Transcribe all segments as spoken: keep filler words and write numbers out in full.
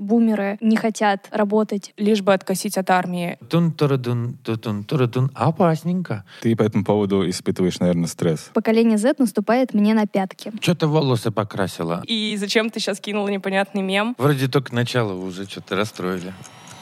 бумеры не хотят работать, лишь бы откосить от армии. Тун-тура-дун, ту-тун-тура-дун. Опасненько. Ты по этому поводу испытываешь, наверное, стресс. Поколение Z наступает мне на пятки. Что ты волосы покрасила? И зачем ты сейчас кинула непонятный мем? Вроде только начало, уже что-то расстроили.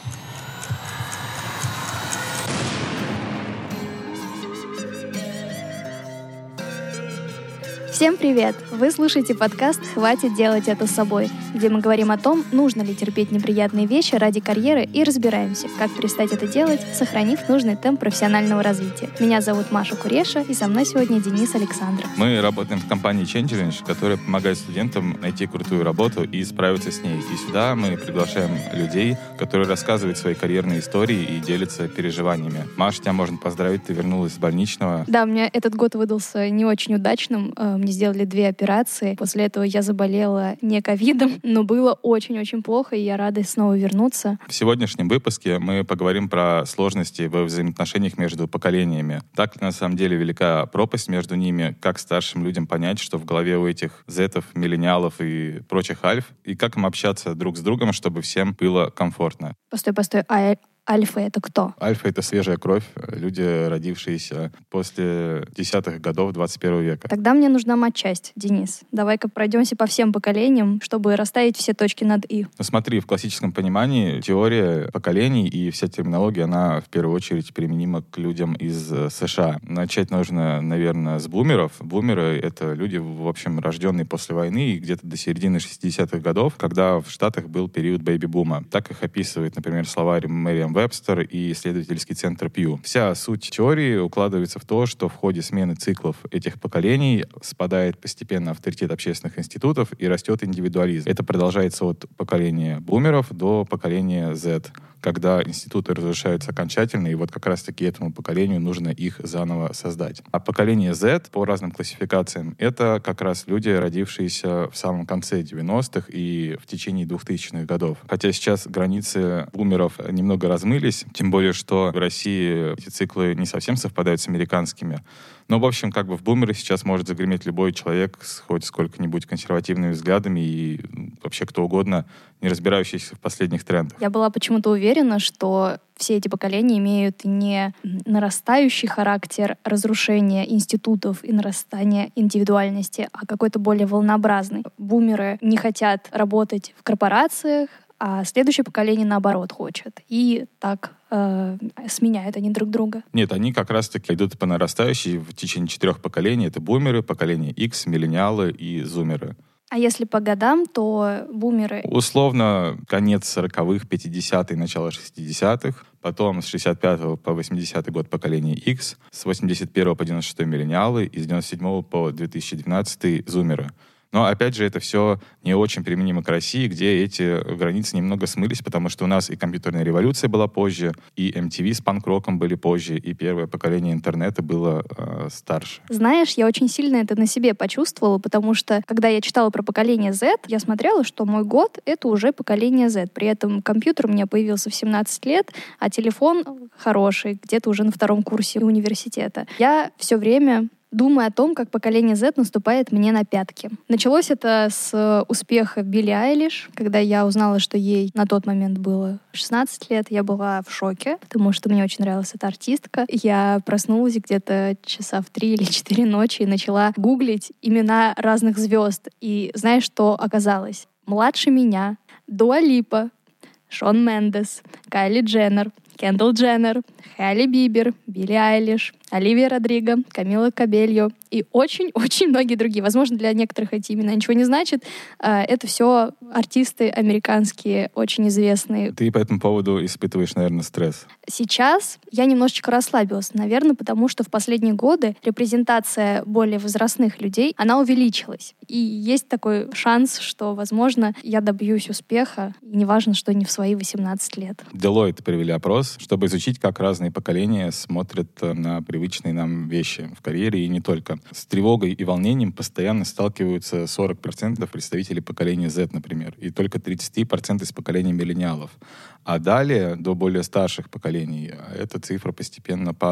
Всем привет! Вы слушаете подкаст «Хватит делать это с собой», где мы говорим о том, нужно ли терпеть неприятные вещи ради карьеры и разбираемся, как перестать это делать, сохранив нужный темп профессионального развития. Меня зовут Маша Куреша, и со мной сегодня Денис Александров. Мы работаем в компании Change, которая помогает студентам найти крутую работу и справиться с ней. И сюда мы приглашаем людей, которые рассказывают свои карьерные истории и делятся переживаниями. Маша, тебя можно поздравить, ты вернулась с больничного. Да, у меня этот год выдался не очень удачным. Мне сделали две операции. После этого я заболела не ковидом, но было очень-очень плохо, и я рада снова вернуться. В сегодняшнем выпуске мы поговорим про сложности во взаимоотношениях между поколениями. Так ли на самом деле велика пропасть между ними, как старшим людям понять, что в голове у этих зетов, миллениалов и прочих альф, и как им общаться друг с другом, чтобы всем было комфортно. Постой, постой, а альфа — это кто? Альфа — это свежая кровь, люди, родившиеся после десятых годов двадцать первого века. Тогда мне нужна матчасть, Денис. Давай-ка пройдемся по всем поколениям, чтобы расставить все точки над «и». Ну смотри, в классическом понимании теория поколений и вся терминология, она в первую очередь применима к людям из США. Начать нужно, наверное, с бумеров. Бумеры — это люди, в общем, рожденные после войны и где-то до середины шестидесятых годов, когда в Штатах был период бэйби-бума. Так их описывает, например, словарь Мэриам Вебстер и исследовательский центр Пью. Вся суть теории укладывается в то, что в ходе смены циклов этих поколений спадает постепенно авторитет общественных институтов и растет индивидуализм. Это продолжается от поколения бумеров до поколения Z, когда институты разрушаются окончательно, и вот как раз-таки этому поколению нужно их заново создать. А поколение Z по разным классификациям — это как раз люди, родившиеся в самом конце девяностых и в течение двухтысячных годов. Хотя сейчас границы бумеров немного размылись, тем более, что в России эти циклы не совсем совпадают с американскими. Но, в общем, как бы в бумеры сейчас может загреметь любой человек с хоть сколько-нибудь консервативными взглядами и вообще кто угодно, не разбирающийся в последних трендах. Я была почему-то уверена, что все эти поколения имеют не нарастающий характер разрушения институтов и нарастания индивидуальности, а какой-то более волнообразный. Бумеры не хотят работать в корпорациях, а следующее поколение, наоборот, хочет. И так э, сменяют они друг друга. Нет, они как раз-таки идут по нарастающей в течение четырех поколений. Это бумеры, поколение X, миллениалы и зумеры. А если по годам, то бумеры... Условно, конец сороковых, пятидесятые, начало шестидесятых. Потом с шестьдесят пятого по восьмидесятый год поколение X. С восемьдесят первого по девяносто шестой миллениалы. И с девяносто седьмого по две тысячи двенадцатый зумеры. Но, опять же, это все не очень применимо к России, где эти границы немного смылись, потому что у нас и компьютерная революция была позже, и эм ти ви с панк-роком были позже, и первое поколение интернета было э, старше. Знаешь, я очень сильно это на себе почувствовала, потому что, когда я читала про поколение Z, я смотрела, что мой год — это уже поколение Z. При этом компьютер у меня появился в семнадцать лет, а телефон хороший, где-то уже на втором курсе университета. Я все время... думаю о том, как поколение Z наступает мне на пятки. Началось это с успеха Билли Айлиш, когда я узнала, что ей на тот момент было шестнадцать лет. Я была в шоке, потому что мне очень нравилась эта артистка. Я проснулась где-то часа в три или четыре ночи и начала гуглить имена разных звезд. И знаешь, что оказалось? Младше меня Дуа Липа, Шон Мендес, Кайли Дженнер, Кендалл Дженнер, Хайли Бибер, Билли Айлиш, Оливия Родриго, Камила Кабельо и очень-очень многие другие. Возможно, для некоторых эти имена ничего не значит. Это все артисты американские, очень известные. Ты по этому поводу испытываешь, наверное, стресс. Сейчас я немножечко расслабилась, наверное, потому что в последние годы репрезентация более возрастных людей, она увеличилась. И есть такой шанс, что, возможно, я добьюсь успеха, и неважно, что не в свои восемнадцать лет. Deloitte провели опрос, чтобы изучить, как разные поколения смотрят на привычные нам вещи в карьере и не только. С тревогой и волнением постоянно сталкиваются сорок процентов представителей поколения Z, например, и только тридцать процентов из поколения миллениалов. А далее, до более старших поколений, эта цифра постепенно падает.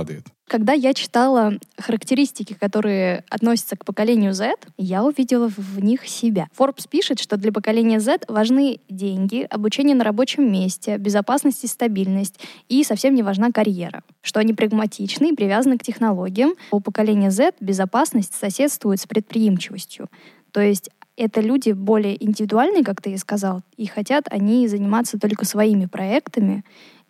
Когда я читала характеристики, которые относятся к поколению Z, я увидела в них себя. Forbes пишет, что для поколения Z важны деньги, обучение на рабочем месте, безопасность и стабильность, и совсем не важна карьера. Что они прагматичны и привязаны к технологиям. У поколения Z безопасность соседствует с предприимчивостью. То есть это люди более индивидуальные, как ты и сказал, и хотят они заниматься только своими проектами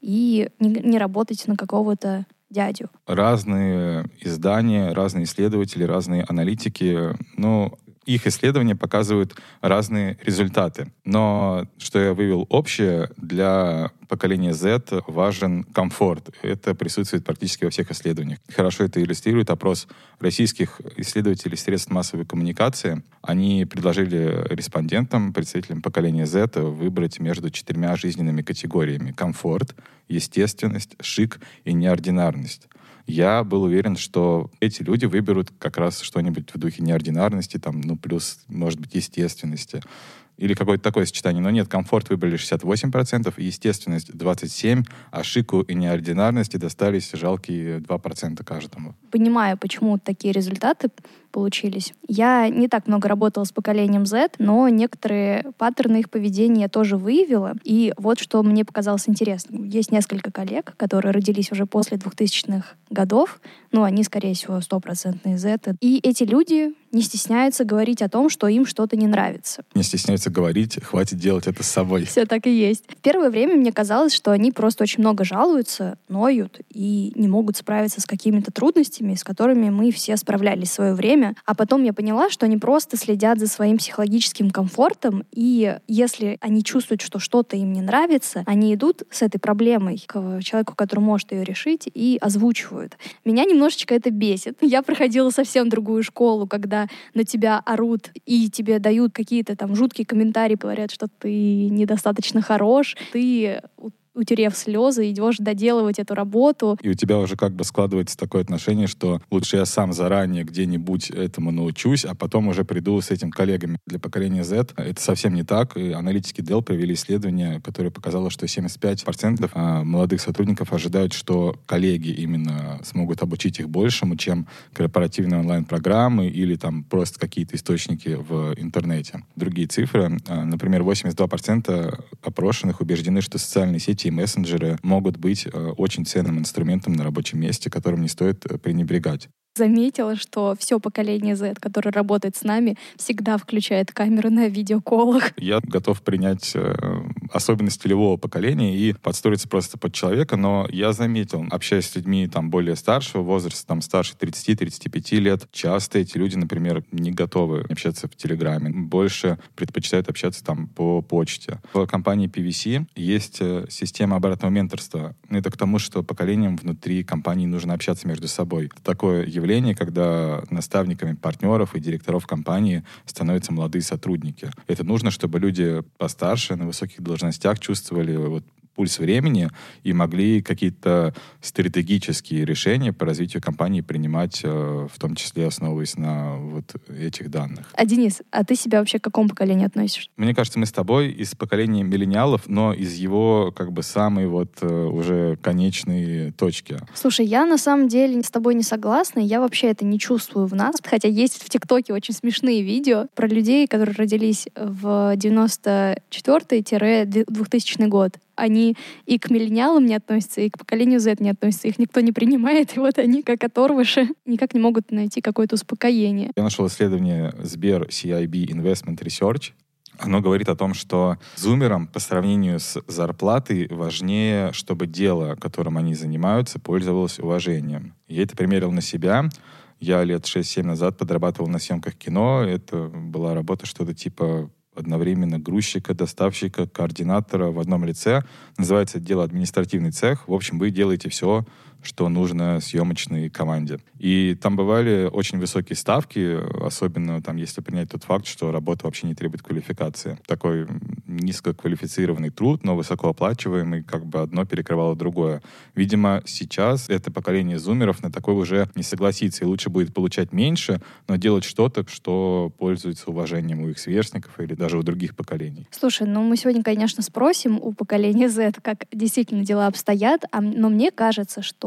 и не, не работать на какого-то дядю. Разные издания, разные исследователи, разные аналитики, ну, их исследования показывают разные результаты. Но что я вывел общее, для поколения Z важен комфорт. Это присутствует практически во всех исследованиях. Хорошо это иллюстрирует опрос российских исследователей средств массовой коммуникации. Они предложили респондентам, представителям поколения Z, выбрать между четырьмя жизненными категориями: комфорт, естественность, шик и неординарность. Я был уверен, что эти люди выберут как раз что-нибудь в духе неординарности, там, ну, плюс, может быть, естественности. Или какое-то такое сочетание. Но нет, комфорт выбрали шестьдесят восемь процентов, естественность двадцать семь процентов, а шику и неординарности достались жалкие два процента каждому. Понимаю, почему такие результаты получились. Я не так много работала с поколением Z, но некоторые паттерны их поведения я тоже выявила. И вот что мне показалось интересным. Есть несколько коллег, которые родились уже после двухтысячных годов. Ну, они, скорее всего, стопроцентные Z. И эти люди не стесняются говорить о том, что им что-то не нравится. Не стесняются говорить, хватит делать это с собой. Все так и есть. В первое время мне казалось, что они просто очень много жалуются, ноют и не могут справиться с какими-то трудностями, с которыми мы все справлялись в свое время. А потом я поняла, что они просто следят за своим психологическим комфортом, и если они чувствуют, что что-то им не нравится, они идут с этой проблемой к человеку, который может ее решить, и озвучивают. Меня немножечко это бесит. Я проходила совсем другую школу, когда на тебя орут и тебе дают какие-то там жуткие комментарии, говорят, что ты недостаточно хорош, ты, утерев слезы, идешь доделывать эту работу. И у тебя уже как бы складывается такое отношение, что лучше я сам заранее где-нибудь этому научусь, а потом уже приду с этим коллегами. Для поколения Z это совсем не так. И аналитики Dell провели исследование, которое показало, что семьдесят пять процентов молодых сотрудников ожидают, что коллеги именно смогут обучить их большему, чем корпоративные онлайн-программы или там просто какие-то источники в интернете. Другие цифры. Например, восемьдесят два процента опрошенных убеждены, что социальные сети и мессенджеры могут быть э, очень ценным инструментом на рабочем месте, которым не стоит э, пренебрегать. Заметила, что все поколение Z, которое работает с нами, всегда включает камеру на видеоколах. Я готов принять э, особенности любого поколения и подстроиться просто под человека, но я заметил, общаясь с людьми там более старшего возраста, там старше тридцати-тридцати пяти лет, часто эти люди, например, не готовы общаться в Телеграме, больше предпочитают общаться там по почте. В компании пи ви си есть э, система обратного менторства. Это к тому, что поколениям внутри компании нужно общаться между собой. Такое явление, когда наставниками партнеров и директоров компании становятся молодые сотрудники. Это нужно, чтобы люди постарше, на высоких должностях чувствовали вот пульс времени и могли какие-то стратегические решения по развитию компании принимать, в том числе основываясь на вот этих данных. А, Денис, а ты себя вообще к какому поколению относишь? Мне кажется, мы с тобой из поколения миллениалов, но из его как бы самой вот уже конечной точки. Слушай, я на самом деле с тобой не согласна, я вообще это не чувствую в нас, хотя есть в ТикТоке очень смешные видео про людей, которые родились в девяносто четвёртый - двухтысячный год. Они и к миллениалам не относятся, и к поколению Z не относятся. Их никто не принимает, и вот они, как оторвыши, никак не могут найти какое-то успокоение. Я нашел исследование Сбер си ай би Investment Research. Оно говорит о том, что зумерам по сравнению с зарплатой важнее, чтобы дело, которым они занимаются, пользовалось уважением. Я это примерил на себя. Я лет шесть-семь назад подрабатывал на съемках кино. Это была работа что-то типа одновременно грузчика, доставщика, координатора в одном лице. Называется дело административный цех. В общем, вы делаете все, что нужно съемочной команде. И там бывали очень высокие ставки, особенно там, если принять тот факт, что работа вообще не требует квалификации. Такой низкоквалифицированный труд, но высокооплачиваемый, как бы одно перекрывало другое. Видимо, сейчас это поколение зумеров на такое уже не согласится, и лучше будет получать меньше, но делать что-то, что пользуется уважением у их сверстников или даже у других поколений. Слушай, ну мы сегодня, конечно, спросим у поколения Z, как действительно дела обстоят, а, но мне кажется, что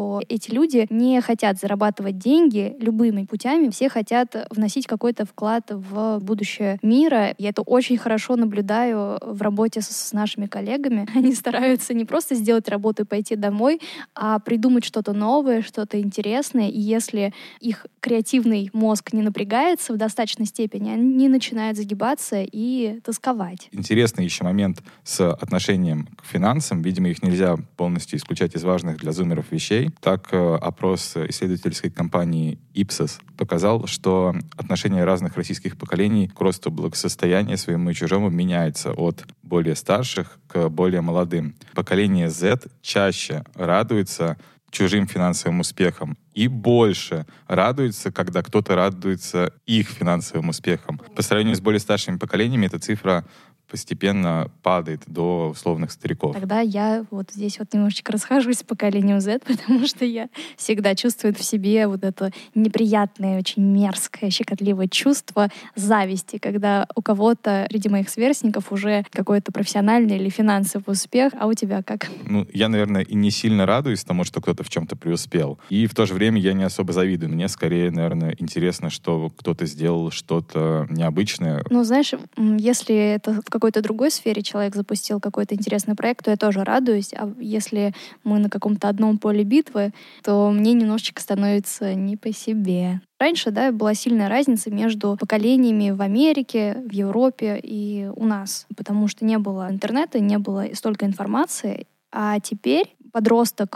что эти люди не хотят зарабатывать деньги любыми путями, все хотят вносить какой-то вклад в будущее мира. Я это очень хорошо наблюдаю в работе с, с нашими коллегами. Они стараются не просто сделать работу и пойти домой, а придумать что-то новое, что-то интересное. И если их креативный мозг не напрягается в достаточной степени, они начинают загибаться и тосковать. Интересный еще момент с отношением к финансам. Видимо, их нельзя полностью исключать из важных для зумеров вещей. Так, э, опрос исследовательской компании Ipsos показал, что отношение разных российских поколений к росту благосостояния своему и чужому меняется от более старших к более молодым. Поколение Z чаще радуется чужим финансовым успехам и больше радуется, когда кто-то радуется их финансовым успехам. По сравнению с более старшими поколениями эта цифра постепенно падает до условных стариков. Тогда я вот здесь вот немножечко расхожусь с поколением Z, потому что я всегда чувствую в себе вот это неприятное, очень мерзкое, щекотливое чувство зависти, когда у кого-то среди моих сверстников уже какой-то профессиональный или финансовый успех, а у тебя как? Ну, я, наверное, и не сильно радуюсь тому, что кто-то в чем-то преуспел. И в то же время я не особо завидую. Мне скорее, наверное, интересно, что кто-то сделал что-то необычное. Ну, знаешь, если это в какой-то другой сфере человек запустил какой-то интересный проект, то я тоже радуюсь. А если мы на каком-то одном поле битвы, то мне немножечко становится не по себе. Раньше, да, была сильная разница между поколениями в Америке, в Европе и у нас, потому что не было интернета, не было столько информации. А теперь подросток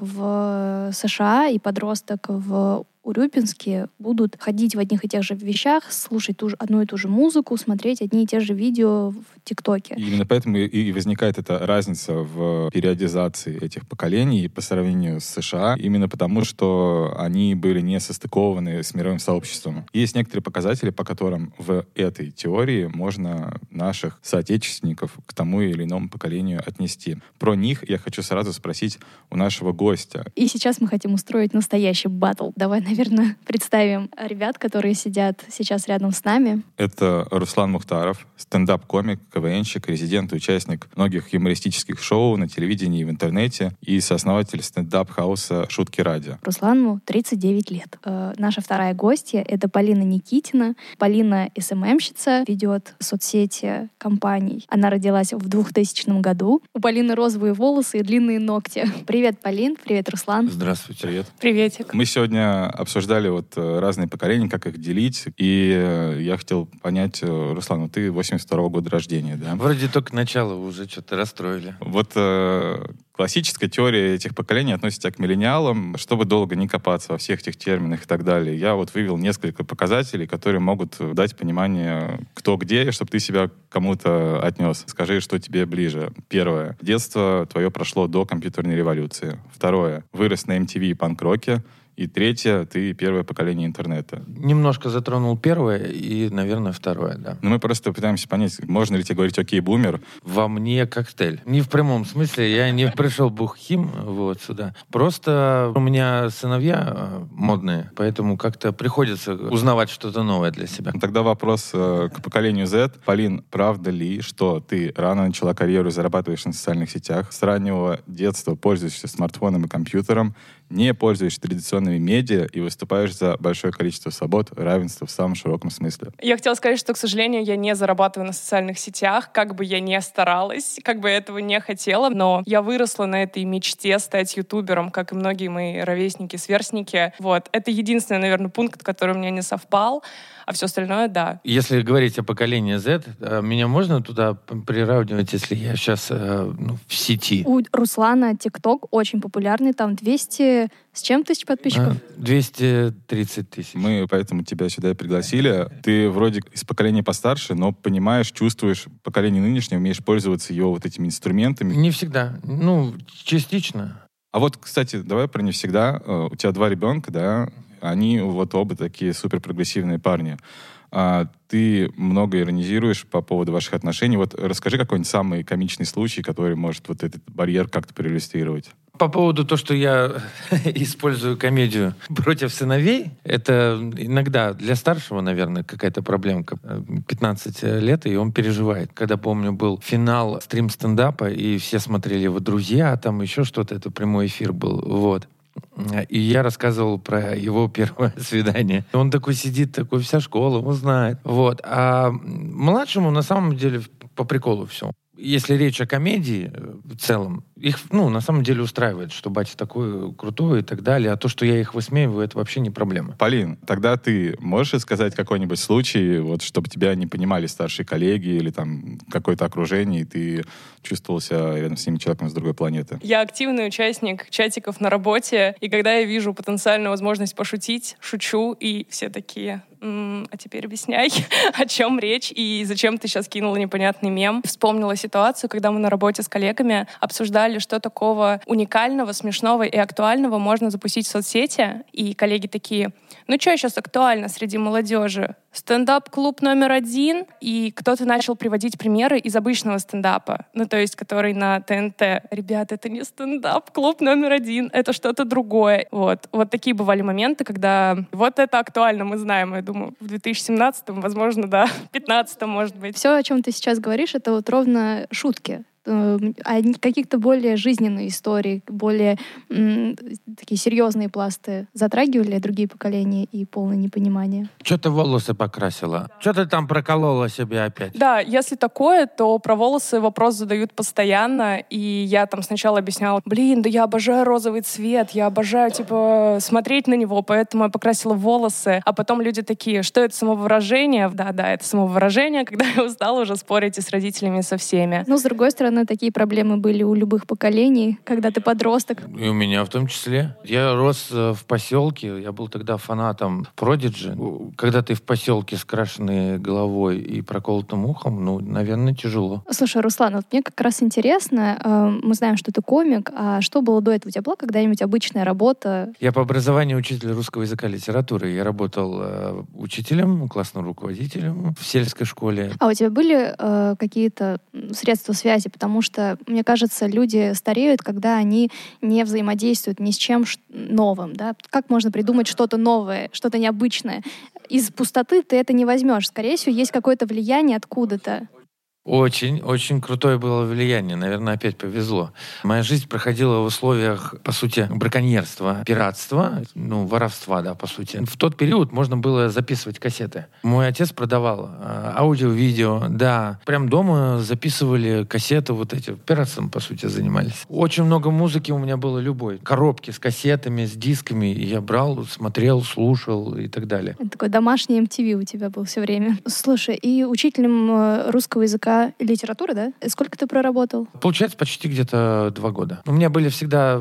в США и подросток в Урюпинске будут ходить в одних и тех же вещах, слушать ту же, одну и ту же музыку, смотреть одни и те же видео в ТикТоке. И именно поэтому и, и возникает эта разница в периодизации этих поколений по сравнению с США, именно потому, что они были не состыкованы с мировым сообществом. И есть некоторые показатели, по которым в этой теории можно наших соотечественников к тому или иному поколению отнести. Про них я хочу сразу спросить у нашего гостя. И сейчас мы хотим устроить настоящий баттл. Давай, наверное, представим ребят, которые сидят сейчас рядом с нами. Это Руслан Мухтаров, стендап-комик, КВНщик, резидент и участник многих юмористических шоу на телевидении и в интернете и сооснователь стендап-хауса «Шутки радио». Руслану тридцать девять лет. Э, наша вторая гостья — это Полина Никитина. Полина эс эм эм-щица, ведет соцсети компаний. Она родилась в двухтысячном году. У Полины розовые волосы и длинные ногти. Привет, Полин. Привет, Руслан. Здравствуйте. Привет. Приветик. Мы сегодня обсуждали вот разные поколения, как их делить. И я хотел понять, Руслан, ну ты восемьдесят второго года рождения, да? Вроде только начало уже что-то расстроили. Вот э, классическая теория этих поколений относится к миллениалам. Чтобы долго не копаться во всех этих терминах и так далее, я вот вывел несколько показателей, которые могут дать понимание, кто где, чтобы ты себя к кому-то отнес. Скажи, что тебе ближе. Первое. Детство твое прошло до компьютерной революции. Второе. Вырос на эм ти ви и панк-роке. И третье, ты первое поколение интернета. Немножко затронул первое и, наверное, второе, да. Но мы просто пытаемся понять, можно ли тебе говорить «окей, бумер». Во мне коктейль. Не в прямом смысле, я не пришел бухим вот сюда. Просто у меня сыновья модные, поэтому как-то приходится узнавать что-то новое для себя. Тогда вопрос э, к поколению Z. Полин, правда ли, что ты рано начала карьеру и зарабатываешь на социальных сетях, с раннего детства пользуешься смартфоном и компьютером, не пользуешься традиционными медиа и выступаешь за большое количество свобод, равенства в самом широком смысле? Я хотела сказать, что, к сожалению, я не зарабатываю на социальных сетях, как бы я ни старалась, как бы я этого не хотела, но я выросла на этой мечте стать ютубером, как и многие мои ровесники, сверстники. Вот. Это единственный, наверное, пункт, который у меня не совпал, а все остальное — да. Если говорить о поколении Z, меня можно туда приравнивать, если я сейчас ну, в сети? У Руслана ТикТок очень популярный, там двести с чем тысяч подписчиков? двести тридцать тысяч. Мы поэтому тебя сюда и пригласили. Ты вроде из поколения постарше, но понимаешь, чувствуешь поколение нынешнее, умеешь пользоваться его вот этими инструментами. Не всегда. Ну, частично. А вот, кстати, давай про не всегда. У тебя два ребенка, да? Они вот оба такие суперпрогрессивные парни. А ты много иронизируешь по поводу ваших отношений. Вот расскажи какой-нибудь самый комичный случай, который может вот этот барьер как-то проиллюстрировать. По поводу того, что я использую комедию против сыновей, это иногда для старшего, наверное, какая-то проблемка. пятнадцать лет, и он переживает. Когда, помню, был финал стрим-стендапа, и все смотрели его «Друзья», а там еще что-то, это прямой эфир был. Вот. и я рассказывал про его первое свидание. Он такой сидит, такой, вся школа его знает. Вот. А младшему на самом деле по приколу все. Если речь о комедии в целом, их, ну, на самом деле устраивает, что батя такой крутой и так далее, а то, что я их высмеиваю, это вообще не проблема. Полин, тогда ты можешь сказать какой-нибудь случай, вот, чтобы тебя не понимали старшие коллеги или там какое-то окружение, и ты чувствовал себя рядом с ними человеком с другой планеты? Я активный участник чатиков на работе, и когда я вижу потенциальную возможность пошутить, шучу, и все такие... а теперь объясняй, о чем речь и зачем ты сейчас кинула непонятный мем. Вспомнила ситуацию, когда мы на работе с коллегами обсуждали, что такого уникального, смешного и актуального можно запустить в соцсети. И коллеги такие, ну что сейчас актуально среди молодежи? Стендап-клуб номер один. И кто-то начал приводить примеры из обычного стендапа. Ну, то есть, который на ТНТ. Ребята, это не стендап-клуб номер один, это что-то другое. Вот. Вот такие бывали моменты, когда вот это актуально, мы знаем, я думаю, в две тысячи семнадцатом, возможно, да, в две тысячи пятнадцатом, может быть. Все, о чем ты сейчас говоришь, это вот ровно шутки. А каких-то более жизненные истории, более м, такие серьезные пласты затрагивали другие поколения и полное непонимание? Что ты волосы покрасила? Что ты там проколола себе опять? Да, если такое, то про волосы вопрос задают постоянно, и я там сначала объясняла, блин, да я обожаю розовый цвет, я обожаю, типа, смотреть на него, поэтому я покрасила волосы, а потом люди такие, что это самовыражение? Да-да, это самовыражение, когда я устала уже спорить и с родителями, и со всеми. Но, с другой стороны, такие проблемы были у любых поколений, когда ты подросток. И у меня в том числе. Я рос в поселке, я был тогда фанатом Prodigy. Когда ты в поселке с крашенной головой и проколотым ухом, ну, наверное, тяжело. Слушай, Руслан, вот мне как раз интересно, э, мы знаем, что ты комик, а что было до этого? У тебя была когда-нибудь обычная работа? Я по образованию учитель русского языка и литературы. Я работал э, учителем, классным руководителем в сельской школе. А у тебя были э, какие-то средства связи? Потому что, мне кажется, люди стареют, когда они не взаимодействуют ни с чем новым. Да? Как можно придумать что-то новое, что-то необычное? Из пустоты ты это не возьмешь. Скорее всего, есть какое-то влияние откуда-то. Очень, очень крутое было влияние. Наверное, опять повезло. Моя жизнь проходила в условиях, по сути, браконьерства, пиратства, ну, воровства, да, по сути. В тот период можно было записывать кассеты. Мой отец продавал э, аудио-видео, да. Прям дома записывали кассеты вот эти. Пиратством, по сути, занимались. Очень много музыки у меня было любой. Коробки с кассетами, с дисками. И я брал, смотрел, слушал и так далее. Это такой домашний эм ти ви у тебя был все время. Слушай, и учителем русского языка и литературы, да? Сколько ты проработал? Получается, почти где-то два года. У меня были всегда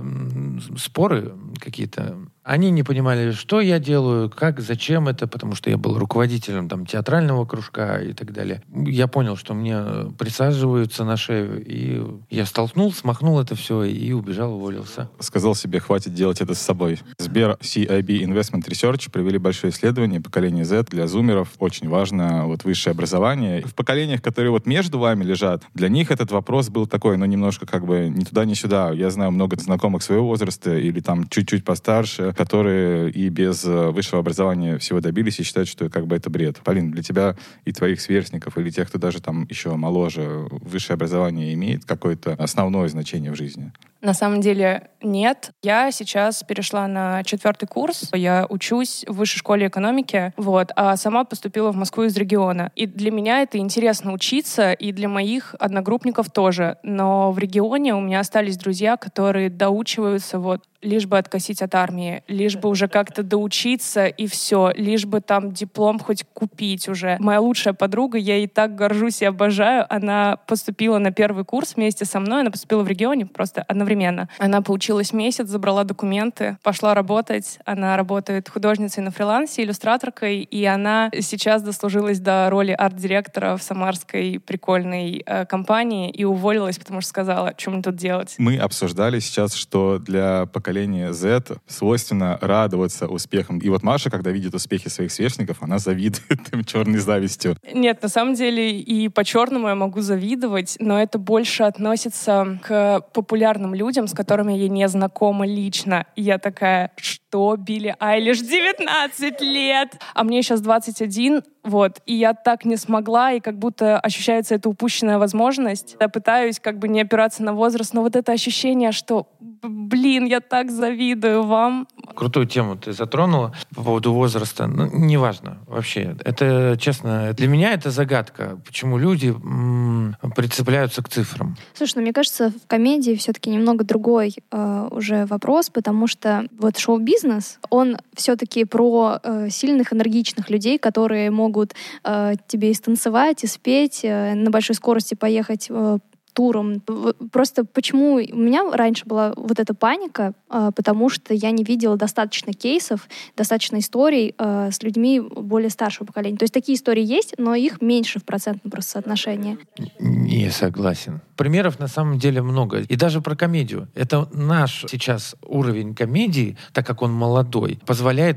споры какие-то. Они не понимали, что я делаю, как, зачем это, потому что я был руководителем там, театрального кружка и так далее. Я понял, что мне присаживаются на шею, и я столкнул, смахнул это все и убежал, уволился. Сказал себе, хватит делать это с собой. Сбер си ай би Investment Research провели большое исследование поколения Z для зумеров. Очень важно вот высшее образование. В поколениях, которые вот между вами лежат, для них этот вопрос был такой, ну, немножко как бы ни туда, ни сюда. Я знаю много знакомых своего возраста или там чуть-чуть постарше, которые и без высшего образования всего добились и считают, что как бы это бред. Полин, для тебя и твоих сверстников, или тех, кто даже там еще моложе, высшее образование имеет какое-то основное значение в жизни? На самом деле нет. Я сейчас перешла на четвертый курс. Я учусь в высшей школе экономики, вот, а сама поступила в Москву из региона. И для меня это интересно учиться, и для моих одногруппников тоже. Но в регионе у меня остались друзья, которые доучиваются вот лишь бы откосить от армии, лишь бы уже как-то доучиться, и все, лишь бы там диплом хоть купить уже. Моя лучшая подруга, я ей так горжусь и обожаю, она поступила на первый курс вместе со мной, она поступила в регионе просто одновременно. Она поучилась месяц, забрала документы, пошла работать. Она работает художницей на фрилансе, иллюстраторкой, и она сейчас дослужилась до роли арт-директора в самарской прикольной э, компании и уволилась, потому что сказала, что мне тут делать. Мы обсуждали сейчас, что для поколения Z свойственно радоваться успехам. И вот Маша, когда видит успехи своих сверстников, она завидует им черной завистью. Нет, на самом деле и по-черному я могу завидовать, но это больше относится к популярным людям, с которыми я не знакома лично. И я такая, что что Билли Айлиш девятнадцать лет, а мне сейчас двадцать один, вот, и я так не смогла, и как будто ощущается эта упущенная возможность. Я пытаюсь как бы не опираться на возраст, но вот это ощущение, что, блин, я так завидую вам. Крутую тему ты затронула по поводу возраста. Ну, неважно вообще. Это, честно, для меня это загадка, почему люди м- прицепляются к цифрам. Слушай, ну мне кажется, в комедии все-таки немного другой э, уже вопрос, потому что вот шоу-бизнес, он все-таки про э, сильных, энергичных людей, которые могут э, тебе и станцевать, и спеть, э, на большой скорости поехать э, туром. Просто почему у меня раньше была вот эта паника, э, потому что я не видела достаточно кейсов, достаточно историй э, с людьми более старшего поколения. То есть такие истории есть, но их меньше в процентном просто соотношении. Не согласен. Примеров на самом деле много. И даже про комедию. Это наш сейчас уровень комедии, так как он молодой, позволяет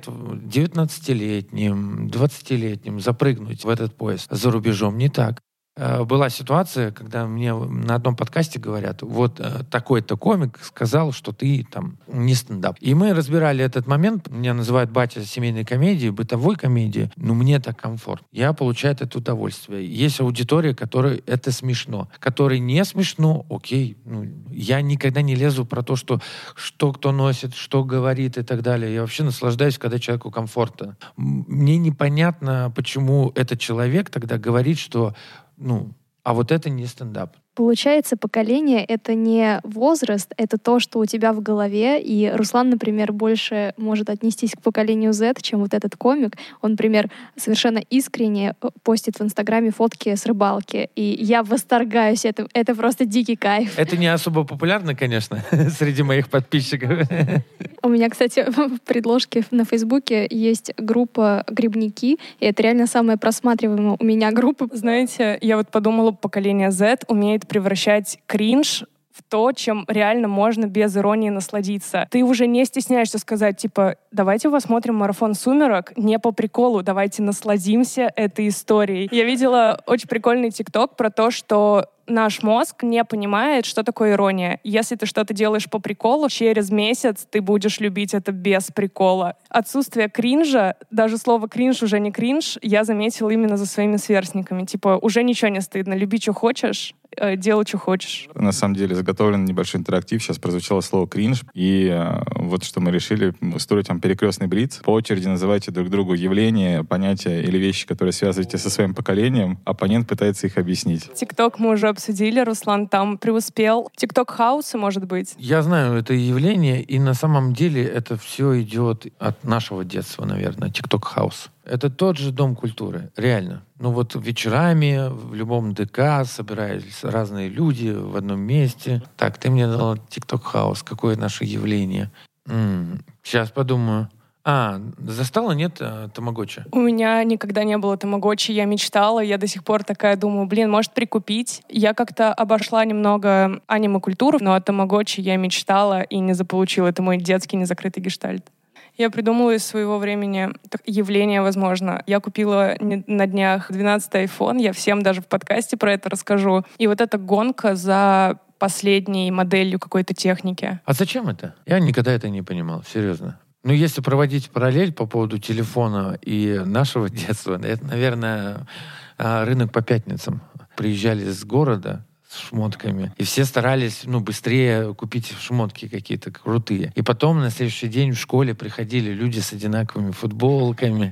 девятнадцатилетним, двадцатилетним запрыгнуть в этот поезд. За рубежом не так. Была ситуация, когда мне на одном подкасте говорят, вот такой-то комик сказал, что ты там не стендап. И мы разбирали этот момент. Меня называют батя семейной комедии, бытовой комедии. Но мне так комфортно. Я получаю это удовольствие. Есть аудитория, которой это смешно. Которой не смешно, окей. Ну, я никогда не лезу про то, что, что кто носит, что говорит и так далее. Я вообще наслаждаюсь, когда человеку комфортно. Мне непонятно, почему этот человек тогда говорит, что ну, а вот это не стендап. Получается, поколение — это не возраст, это то, что у тебя в голове. И Руслан, например, больше может отнестись к поколению Z, чем вот этот комик. Он, например, совершенно искренне постит в Инстаграме фотки с рыбалки. И я восторгаюсь этим. Это просто дикий кайф. Это не особо популярно, конечно, среди моих подписчиков. У меня, кстати, в предложке на Фейсбуке есть группа «Грибники», и это реально самая просматриваемая у меня группа. Знаете, я вот подумала, поколение Z умеет превращать кринж в то, чем реально можно без иронии насладиться. Ты уже не стесняешься сказать, типа, давайте посмотрим «Марафон сумерок» не по приколу, давайте насладимся этой историей. Я видела очень прикольный тикток про то, что наш мозг не понимает, что такое ирония. Если ты что-то делаешь по приколу, через месяц ты будешь любить это без прикола. Отсутствие кринжа, даже слово «кринж» уже не кринж, я заметила именно за своими сверстниками. Типа, уже ничего не стыдно. Люби, что хочешь, делай, что хочешь. На самом деле заготовлен небольшой интерактив. Сейчас прозвучало слово «кринж». И э, вот что мы решили устроить вам перекрестный блиц. По очереди называйте друг другу явления, понятия или вещи, которые связываете со своим поколением. Оппонент пытается их объяснить. Тикток мы уже обсудили, Руслан там преуспел. Тикток хауса, может быть? Я знаю это явление, и на самом деле это все идет от нашего детства, наверное. Тикток хаус. Это тот же дом культуры, реально. Ну вот вечерами в любом ДК собирались разные люди в одном месте. Так, ты мне дал тикток хаус. Какое наше явление? М-м, сейчас подумаю. А, застала, нет, тамагочи? У меня никогда не было тамагочи, я мечтала, я до сих пор такая думаю, блин, может прикупить. Я как-то обошла немного аниме-культуру, но о тамагочи я мечтала и не заполучила. Это мой детский незакрытый гештальт. Я придумала из своего времени явление, возможно. Я купила на днях двенадцатый айфон, я всем даже в подкасте про это расскажу. И вот эта гонка за последней моделью какой-то техники. А зачем это? Я никогда это не понимал, серьезно. Ну, если проводить параллель по поводу телефона и нашего детства, это, наверное, рынок по пятницам. Приезжали с города с шмотками, и все старались, ну, быстрее купить шмотки какие-то крутые. И потом на следующий день в школе приходили люди с одинаковыми футболками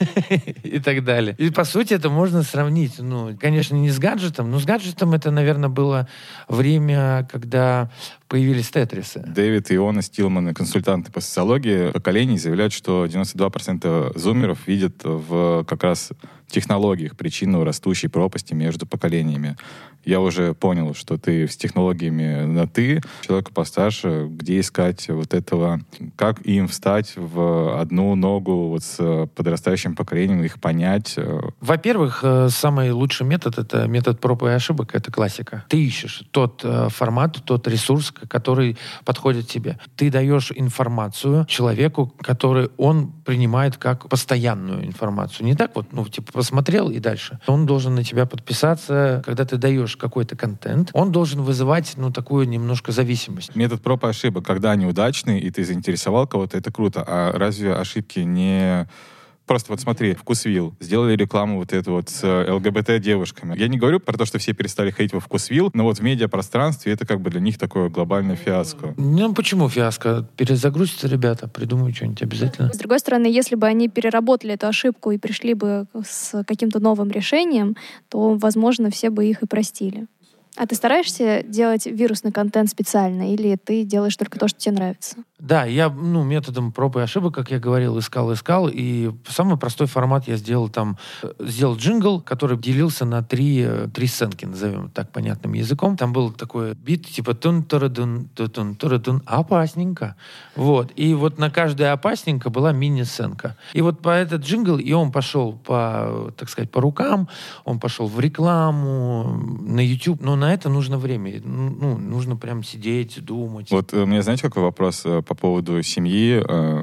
и так далее. И, по сути, это можно сравнить, ну, конечно, не с гаджетом, но с гаджетом это, наверное, было время, когда появились тетрисы. Дэвид и Иона Стилман, консультанты по социологии поколений, заявляют, что девяносто два процента зумеров видят в как раз технологиях причину растущей пропасти между поколениями. Я уже понял, что ты с технологиями на «ты», человеку постарше, где искать вот этого, как им встать в одну ногу вот с подрастающим поколением, их понять. Во-первых, самый лучший метод — это метод проб и ошибок, это классика. Ты ищешь тот формат, тот ресурс, выпуска, который подходит тебе. Ты даешь информацию человеку, который он принимает как постоянную информацию. Не так вот, ну, типа, посмотрел и дальше. Он должен на тебя подписаться. Когда ты даешь какой-то контент, он должен вызывать, ну, такую немножко зависимость. Метод проб и ошибок. Когда они удачные, и ты заинтересовал кого-то, это круто. А разве ошибки не... Просто вот смотри, Вкусвилл. Сделали рекламу вот эту вот с ЛГБТ-девушками. Я не говорю про то, что все перестали ходить во Вкусвилл, но вот в медиапространстве это как бы для них такое глобальное фиаско. Ну, почему фиаско? Перезагрузятся ребята, придумают что-нибудь обязательно. С другой стороны, если бы они переработали эту ошибку и пришли бы с каким-то новым решением, то, возможно, все бы их и простили. А ты стараешься делать вирусный контент специально, или ты делаешь только то, что тебе нравится? Да, я, ну, методом проб и ошибок, как я говорил, искал, искал, и самый простой формат я сделал там, сделал джингл, который делился на три, три сценки, назовем так понятным языком. Там был такой бит, типа тун-тура-дун, тун-тура-дун, опасненько. Вот, и вот на каждая опасненько была мини-сценка. И вот по этот джингл, и он пошел по, так сказать, по рукам, он пошел в рекламу, на YouTube, но на это нужно время, ну, нужно прям сидеть, думать. Вот у меня, знаете, какой вопрос по поводу семьи?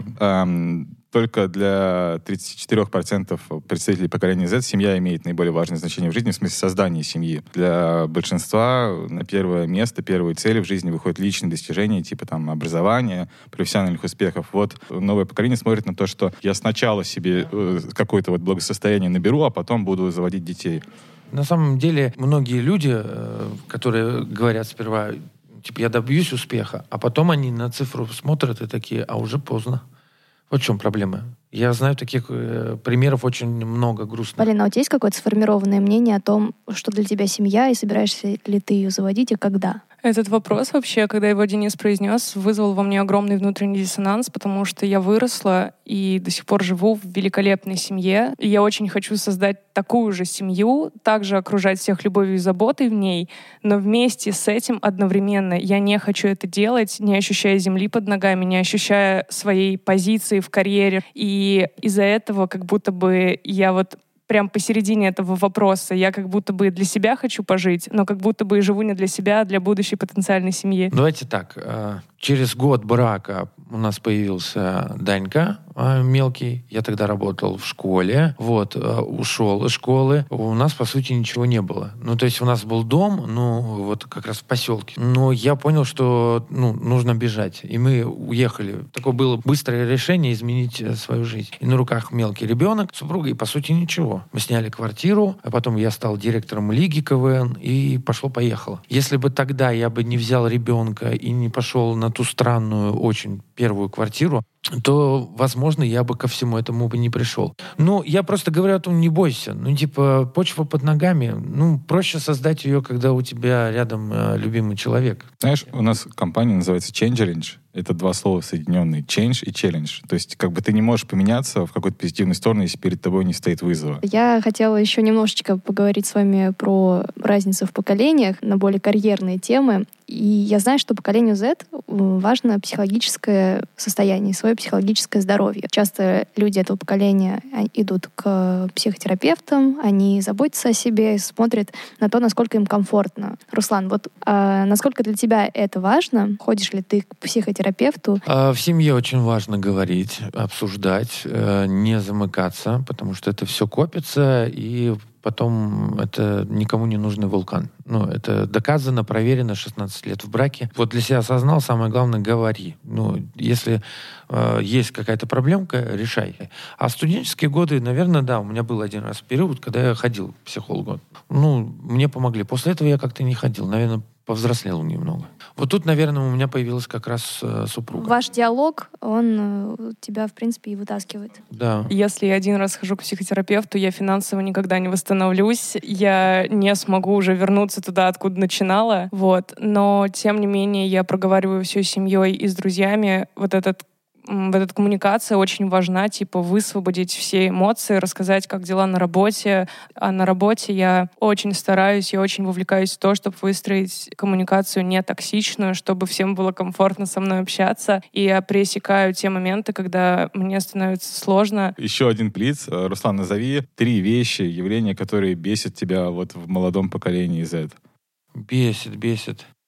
Только для тридцати четырёх процентов представителей поколения Z семья имеет наиболее важное значение в жизни, в смысле создания семьи. Для большинства на первое место, первые цели в жизни выходят личные достижения, типа там образования, профессиональных успехов. Вот новое поколение смотрит на то, что я сначала себе э, какое-то вот благосостояние наберу, а потом буду заводить детей. На самом деле, многие люди, которые говорят сперва, типа, я добьюсь успеха, а потом они на цифру смотрят и такие, а уже поздно. Вот в чем проблема. Я знаю таких э, примеров очень много грустных. Полина, а у тебя есть какое-то сформированное мнение о том, что для тебя семья, и собираешься ли ты ее заводить, и когда? Этот вопрос вообще, когда его Денис произнес, вызвал во мне огромный внутренний диссонанс, потому что я выросла и до сих пор живу в великолепной семье. И я очень хочу создать такую же семью, также окружать всех любовью и заботой в ней, но вместе с этим одновременно я не хочу это делать, не ощущая земли под ногами, не ощущая своей позиции в карьере. И из-за этого как будто бы я вот прям посередине этого вопроса. Я как будто бы для себя хочу пожить, но как будто бы живу не для себя, а для будущей потенциальной семьи. Давайте так. Через год брака у нас появился Данька мелкий. Я тогда работал в школе. Вот, ушел из школы. У нас, по сути, ничего не было. Ну, то есть у нас был дом, ну, вот как раз в поселке. Но я понял, что, ну, нужно бежать. И мы уехали. Такое было быстрое решение изменить свою жизнь. И на руках мелкий ребенок, супруга, и, по сути, ничего. Мы сняли квартиру, а потом я стал директором лиги КВН, и пошло-поехало. Если бы тогда я бы не взял ребенка и не пошел на ту странную, очень первую квартиру, то, возможно, я бы ко всему этому бы не пришел. Ну, я просто говорю о том, не бойся. Ну, типа, почва под ногами. Ну, проще создать ее, когда у тебя рядом э, любимый человек. Знаешь, у нас компания называется Change. Это два слова соединенные. Change и challenge. То есть, как бы ты не можешь поменяться в какую-то позитивную сторону, если перед тобой не стоит вызова. Я хотела еще немножечко поговорить с вами про разницу в поколениях на более карьерные темы. И я знаю, что поколению Z важно психологическое состояние, свое психологическое здоровье. Часто люди этого поколения идут к психотерапевтам, они заботятся о себе, смотрят на то, насколько им комфортно. Руслан, вот а насколько для тебя это важно? Ходишь ли ты к психотерапевту? В семье очень важно говорить, обсуждать, не замыкаться, потому что это все копится, и потом это никому не нужный вулкан. Ну, это доказано, проверено, шестнадцать лет в браке. Вот для себя осознал, самое главное, говори. Ну, если э, есть какая-то проблемка, решай. А в студенческие годы, наверное, да, у меня был один раз период, когда я ходил к психологу. Ну, мне помогли. После этого я как-то не ходил. Наверное, повзрослел немного. Вот тут, наверное, у меня появилась как раз э, супруга. Ваш диалог, он э, тебя, в принципе, и вытаскивает. Да. Если я один раз хожу к психотерапевту, я финансово никогда не восстановлюсь. Я не смогу уже вернуться туда, откуда начинала. Вот. Но, тем не менее, я проговариваю всей семьей и с друзьями вот этот вот эта коммуникация очень важна, типа высвободить все эмоции, рассказать, как дела на работе. А на работе я очень стараюсь, я очень вовлекаюсь в то, чтобы выстроить коммуникацию не токсичную, чтобы всем было комфортно со мной общаться. И я пресекаю те моменты, когда мне становится сложно. Еще один блиц. Руслан, назови три вещи, явления, которые бесят тебя вот в молодом поколении Z. Бесит, бесит.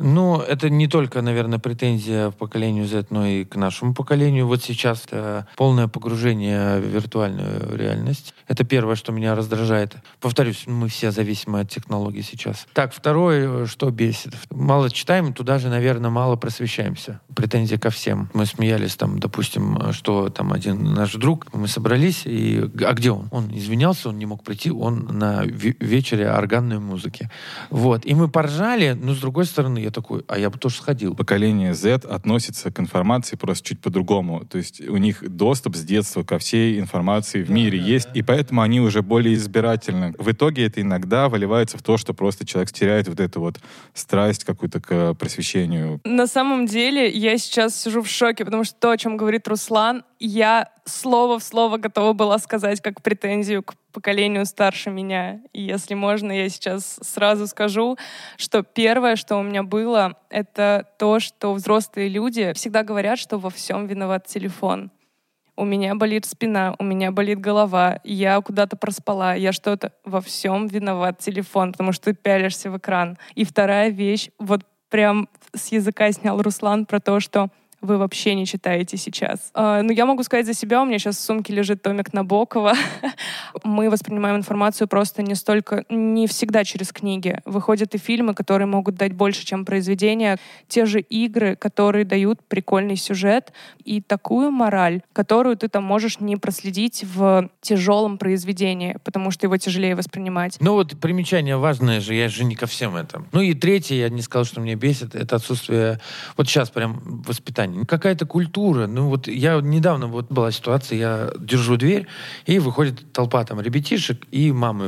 Ну, это не только, наверное, претензия к поколению Z, но и к нашему поколению. Вот сейчас это полное погружение в виртуальную реальность. Это первое, что меня раздражает. Повторюсь, мы все зависимы от технологий сейчас. Так, второе, что бесит. Мало читаем, туда же, наверное, мало просвещаемся. Претензия ко всем. Мы смеялись там, допустим, что там один наш друг, мы собрались, и... А где он? Он извинялся, он не мог прийти, он на вечере органной музыки. Вот. И мы поржали, но с другой стороны, я такой, а я бы тоже сходил. Поколение Z относится к информации просто чуть по-другому. То есть у них доступ с детства ко всей информации в да, мире да, есть, да. И поэтому они уже более избирательны. В итоге это иногда выливается в то, что просто человек теряет вот эту вот страсть какую-то к просвещению. На самом деле я сейчас сижу в шоке, потому что то, о чем говорит Руслан, я слово в слово готова была сказать как претензию к поколению старше меня. И если можно, я сейчас сразу скажу, что первое, что у меня было, это то, что взрослые люди всегда говорят, что во всем виноват телефон. У меня болит спина, у меня болит голова, я куда-то проспала, я что-то... Во всем виноват телефон, потому что ты пялишься в экран. И вторая вещь, вот прям с языка снял Руслан про то, что вы вообще не читаете сейчас. Uh, ну, я могу сказать за себя, у меня сейчас в сумке лежит томик Набокова. Мы воспринимаем информацию просто не столько, не всегда через книги. Выходят и фильмы, которые могут дать больше, чем произведения. Те же игры, которые дают прикольный сюжет и такую мораль, которую ты там можешь не проследить в тяжелом произведении, потому что его тяжелее воспринимать. Ну вот примечание важное же, я же не ко всем этому. Ну и третье, я не сказал, что меня бесит, это отсутствие, вот сейчас прям воспитания. Какая-то культура. Ну вот я недавно, вот была ситуация, я держу дверь, и выходит толпа там ребятишек и мамы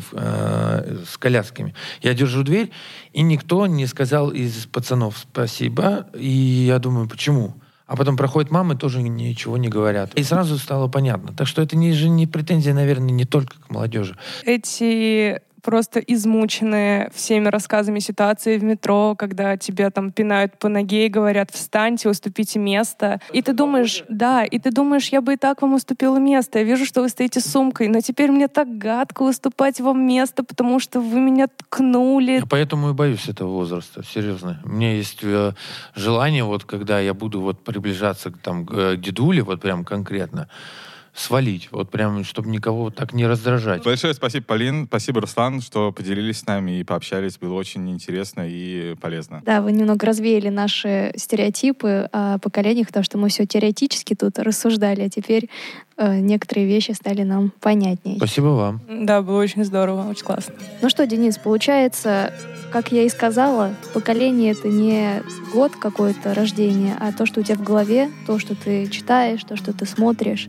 э, с колясками. Я держу дверь, и никто не сказал из пацанов спасибо. И я думаю, почему? А потом проходят мамы, тоже ничего не говорят. И сразу стало понятно. Так что это не, же не претензия, наверное, не только к молодежи. Эти... просто измученные всеми рассказами ситуации в метро, когда тебя там пинают по ноге и говорят: встаньте, уступите место. И ты думаешь, да, и ты думаешь, я бы и так вам уступила место. Я вижу, что вы стоите с сумкой, но теперь мне так гадко уступать вам место, потому что вы меня ткнули. Я поэтому и боюсь этого возраста, серьезно. У меня есть э, желание, вот когда я буду вот приближаться к, там, к дедуле, вот прям конкретно, свалить, вот прям, чтобы никого так не раздражать. Большое спасибо, Полин. Спасибо, Руслан, что поделились с нами и пообщались. Было очень интересно и полезно. Да, вы немного развеяли наши стереотипы о поколениях, потому что мы все теоретически тут рассуждали, а теперь э, некоторые вещи стали нам понятнее. Спасибо вам. Да, было очень здорово, очень классно. Ну что, Денис, получается, как я и сказала, поколение — это не год какой-то рождения, а то, что у тебя в голове, то, что ты читаешь, то, что ты смотришь.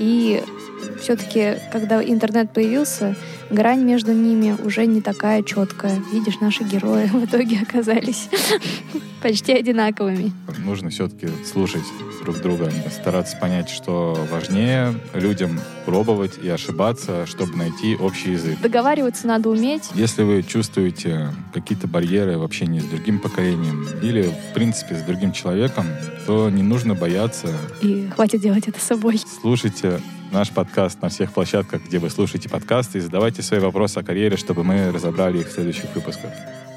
И все-таки, когда интернет появился, грань между ними уже не такая четкая. Видишь, наши герои в итоге оказались почти одинаковыми. Нужно все-таки слушать друг друга, стараться понять, что важнее, людям пробовать и ошибаться, чтобы найти общий язык. Договариваться надо уметь. Если вы чувствуете какие-то барьеры в общении с другим поколением или, в принципе, с другим человеком, то не нужно бояться. И хватит делать это с собой. Слушайте наш подкаст на всех площадках, где вы слушаете подкасты, и задавайте свои вопросы о карьере, чтобы мы разобрали их в следующих выпусках.